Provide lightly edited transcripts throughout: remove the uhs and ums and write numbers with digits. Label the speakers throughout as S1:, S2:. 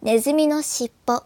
S1: ネズミのしっぽ。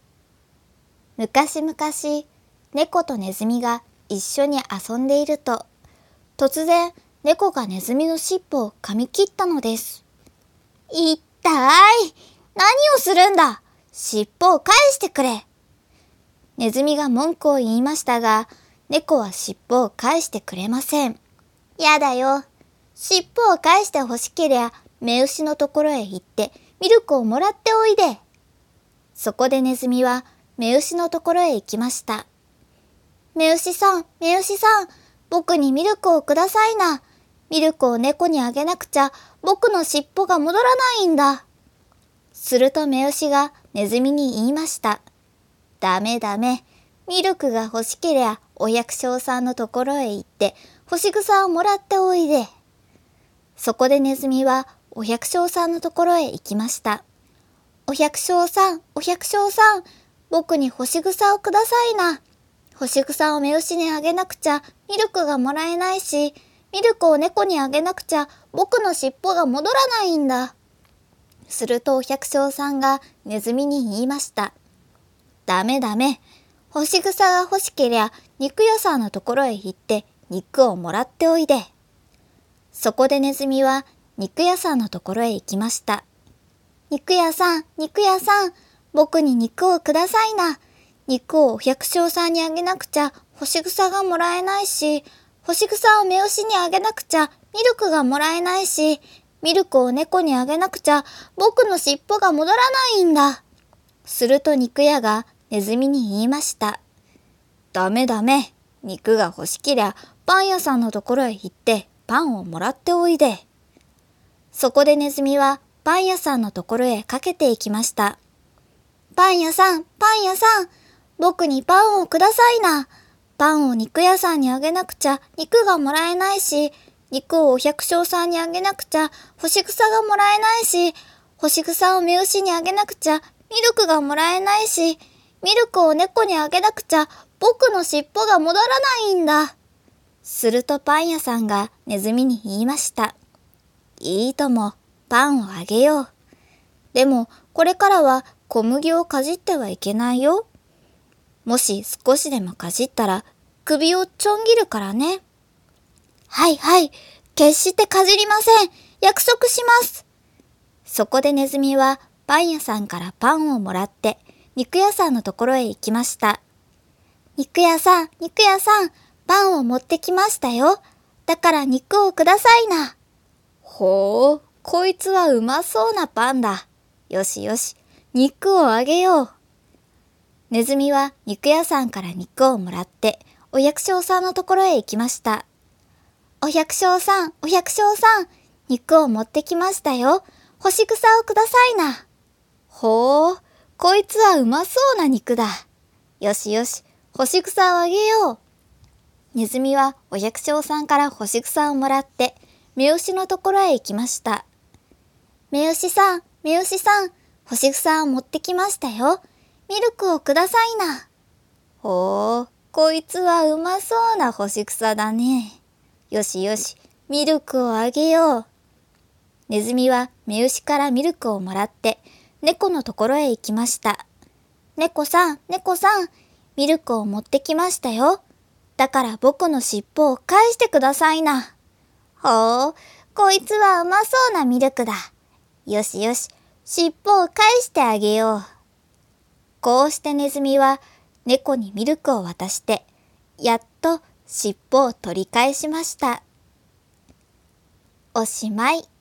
S1: 昔々、猫とネズミが一緒に遊んでいると、突然猫がネズミのしっぽを噛み切ったのです。いったい、何をするんだ、しっぽを返してくれ。ネズミが文句を言いましたが、猫はしっぽを返してくれません。やだよ。しっぽを返してほしけりゃ、目牛のところへ行ってミルクをもらっておいで。そこでネズミは目牛のところへ行きました。目牛さん、目牛さん、僕にミルクをくださいな。ミルクを猫にあげなくちゃ僕のしっぽが戻らないんだ。すると目牛がネズミに言いました。ダメダメ。ミルクが欲しけりゃお百姓さんのところへ行って干し草をもらっておいで。そこでネズミはお百姓さんのところへ行きました。お百姓さん、お百姓さん、僕に干し草をくださいな。干し草を目牛にあげなくちゃミルクがもらえないし、ミルクを猫にあげなくちゃ僕のしっぽが戻らないんだ。するとお百姓さんがネズミに言いました。ダメダメ。干し草が欲しけりゃ肉屋さんのところへ行って肉をもらっておいで。そこでネズミは肉屋さんのところへ行きました。肉屋さん、肉屋さん、僕に肉をくださいな。肉をお百姓さんにあげなくちゃ干し草がもらえないし、干し草を目牛にあげなくちゃミルクがもらえないし、ミルクを猫にあげなくちゃ僕のしっぽが戻らないんだ。すると肉屋がネズミに言いました。ダメダメ。肉が欲しけりゃパン屋さんのところへ行ってパンをもらっておいで。そこでネズミはパン屋さんのところへかけていきました。パン屋さん、パン屋さん、僕にパンをくださいな。パンを肉屋さんにあげなくちゃ肉がもらえないし、肉をお百姓さんにあげなくちゃ干し草がもらえないし、干し草を目牛にあげなくちゃミルクがもらえないし、ミルクを猫にあげなくちゃ僕のしっぽが戻らないんだ。するとパン屋さんがネズミに言いました。いいとも、パンをあげよう。でもこれからは小麦をかじってはいけないよ。もし少しでもかじったら首をちょん切るからね。はいはい、決してかじりません。約束します。そこでネズミはパン屋さんからパンをもらって肉屋さんのところへ行きました。肉屋さん、肉屋さん、パンを持ってきましたよ。だから肉をくださいな。ほう、こいつはうまそうなパンだ。よしよし、肉をあげよう。ネズミは肉屋さんから肉をもらってお百姓さんのところへ行きました。お百姓さん、お百姓さん、肉を持ってきましたよ。干し草をくださいな。ほう、こいつはうまそうな肉だ。よしよし、干し草をあげよう。ネズミはお百姓さんから干し草をもらって目牛のところへ行きました。目牛さん、目牛さん、干し草を持ってきましたよ。ミルクをくださいな。ほう、こいつはうまそうな干し草だね。よしよし、ミルクをあげよう。ネズミは目牛からミルクをもらって猫のところへ行きました。猫さん、猫さん、ミルクを持ってきましたよ。だから僕のしっぽを返してくださいな。ほう、こいつはうまそうなミルクだ。よしよし、しっぽを返してあげよう。こうしてネズミは猫にミルクを渡して、やっとしっぽを取り返しました。おしまい。